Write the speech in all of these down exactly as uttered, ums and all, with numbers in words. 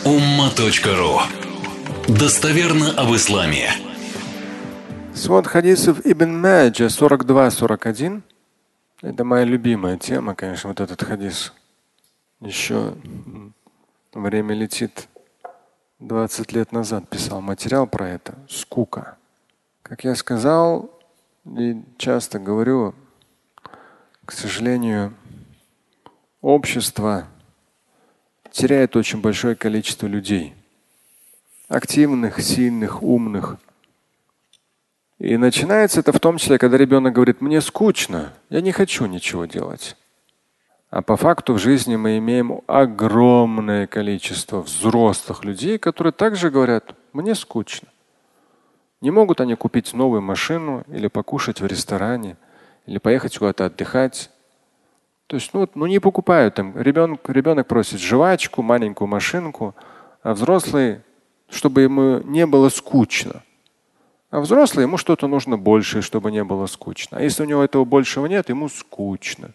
Умма.ру. Достоверно об исламе. Свод хадисов Ибн Маджа сорок два сорок один. Это моя любимая тема, конечно, вот этот хадис. Еще время летит. двадцать лет назад писал материал про это. Скука. Как я сказал и часто говорю, к сожалению, общество теряет очень большое количество людей. Активных, сильных, умных. И начинается это в том числе, когда ребенок говорит: мне скучно, я не хочу ничего делать. А по факту в жизни мы имеем огромное количество взрослых людей, которые также говорят: мне скучно. Не могут они купить новую машину или покушать в ресторане, или поехать куда-то отдыхать. То есть ну, ну не покупают там. Ребенок, ребенок просит жвачку, маленькую машинку, а взрослый, чтобы ему не было скучно. А взрослый, ему что-то нужно большее, чтобы не было скучно. А если у него этого большего нет, ему скучно.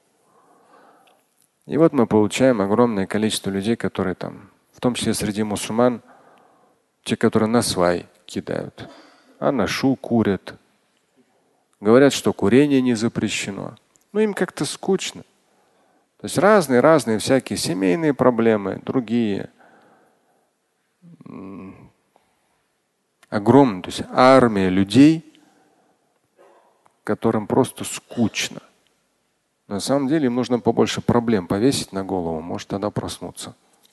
И вот мы получаем огромное количество людей, которые там, в том числе среди мусульман, те, которые на свай кидают, а на шу курят. Говорят, что курение не запрещено. Но им как-то скучно. То есть разные-разные всякие семейные проблемы, другие. Огромная, то есть армия людей, которым просто скучно. На самом деле им нужно побольше проблем повесить на голову, может тогда проснуться.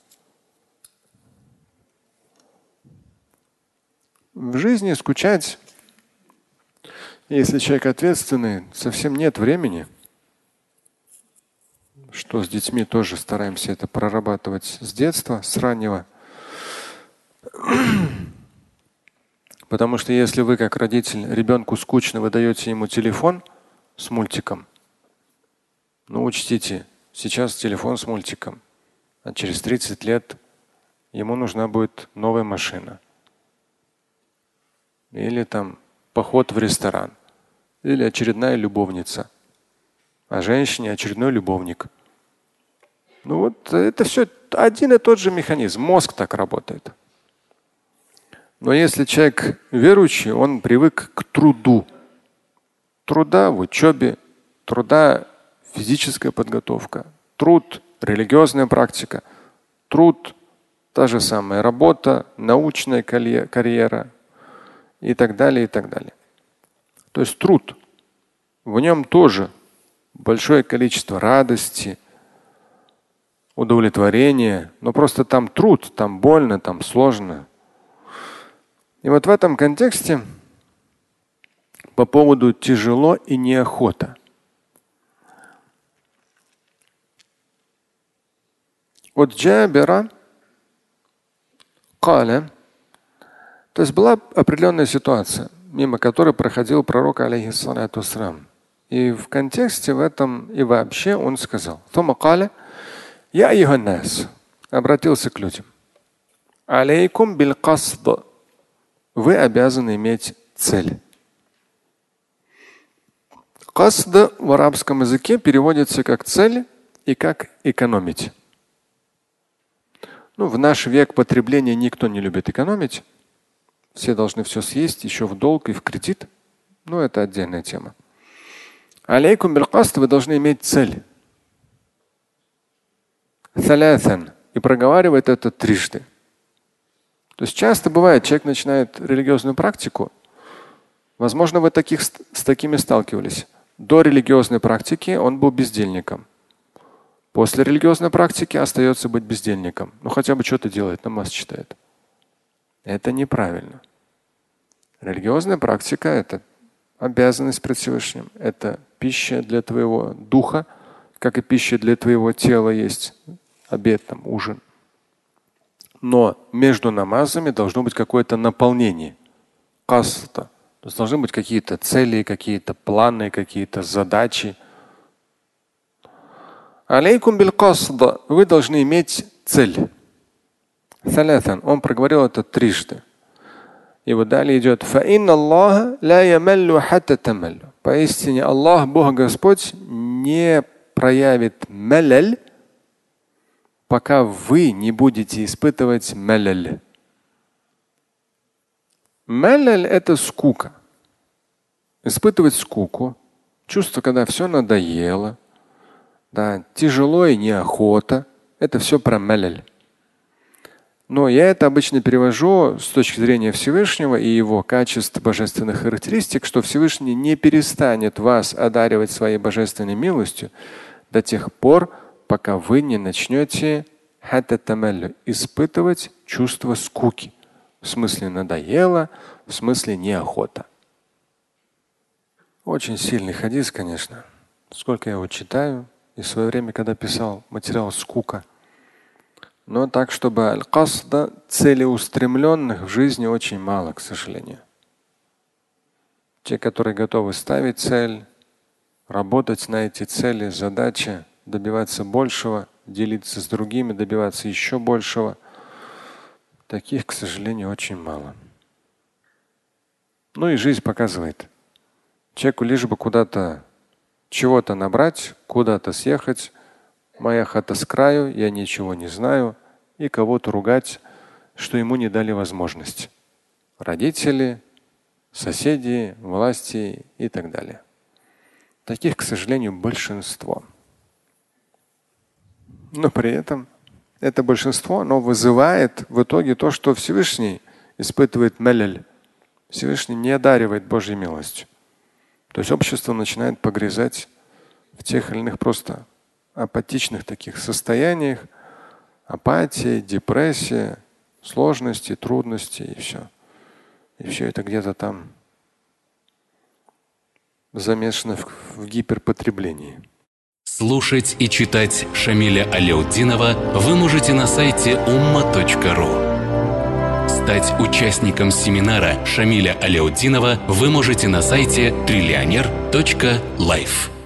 В жизни скучать, если человек ответственный, совсем нет времени. Что с детьми тоже стараемся это прорабатывать с детства, с раннего. Потому что если вы как родитель ребенку скучно, вы даете ему телефон с мультиком, ну учтите, сейчас телефон с мультиком, а через тридцать лет ему нужна будет новая машина. Или там поход в ресторан. Или очередная любовница. А женщине очередной любовник. Ну вот это все один и тот же механизм. Мозг так работает. Но если человек верующий, он привык к труду. Труда в учебе, труда физическая подготовка, труд, религиозная практика, труд, та же самая работа, научная карьера и так далее, и так далее. То есть труд. В нем тоже большое количество радости, удовлетворения, но просто там труд, там больно, там сложно. И вот в этом контексте по поводу тяжело и неохота. Вот Джабира Каля, то есть была определенная ситуация, мимо которой проходил пророк, алейхиссалату вассалям. И в контексте в этом и вообще он сказал: Тома Каля, я айюханнас, обратился к людям. Алейкум биль касд. Вы обязаны иметь цель. Касд в арабском языке переводится как цель и как экономить. Ну, в наш век потребления никто не любит экономить. Все должны все съесть, еще в долг и в кредит. Ну, это отдельная тема. Алейкум биль касд, вы должны иметь цель. Салясан. И проговаривает это трижды. То есть часто бывает, человек начинает религиозную практику. Возможно, вы таких, с такими сталкивались. До религиозной практики он был бездельником. После религиозной практики остается быть бездельником. Ну хотя бы что-то делает, намаз читает. Это неправильно. Религиозная практика – это обязанность перед Всевышним. Это пища для твоего духа, как и пища для твоего тела есть. Обед, там, ужин. Но между намазами должно быть какое-то наполнение. Каста. То есть должны быть какие-то цели, какие-то планы, какие-то задачи. Алейкум биль касд. Вы должны иметь цель. Салятан. Он проговорил это трижды. И вот далее идет: поистине Аллах, Бог Господь, не проявит маляль, пока вы не будете испытывать маляль. Маляль – это скука. Испытывать скуку, чувство, когда все надоело, да, тяжело и неохота – это все про маляль. Но я это обычно перевожу с точки зрения Всевышнего и его качеств, божественных характеристик, что Всевышний не перестанет вас одаривать своей божественной милостью до тех пор, пока вы не начнете испытывать чувство скуки. В смысле надоело, в смысле неохота. Очень сильный хадис, конечно. Сколько я его читаю. И в свое время, когда писал материал «Скука». Но так, чтобы аль-касда, целеустремленных в жизни очень мало, к сожалению. Те, которые готовы ставить цель, работать на эти цели, задачи, добиваться большего, делиться с другими, добиваться еще большего, таких, к сожалению, очень мало. Ну и жизнь показывает. Человеку лишь бы куда-то чего-то набрать, куда-то съехать. Моя хата с краю, я ничего не знаю. И кого-то ругать, что ему не дали возможность. Родители, соседи, власти и так далее. Таких, к сожалению, большинство. Но при этом это большинство, оно вызывает в итоге то, что Всевышний испытывает маляль. Всевышний не одаривает Божьей милостью. То есть общество начинает погрязать в тех или иных просто апатичных таких состояниях, апатия, депрессия, сложности, трудности и все. И все это где-то там замешано в, в гиперпотреблении. Слушать и читать Шамиля Аляутдинова вы можете на сайте умма точка ру. Стать участником семинара Шамиля Аляутдинова вы можете на сайте триллионер точка лайф.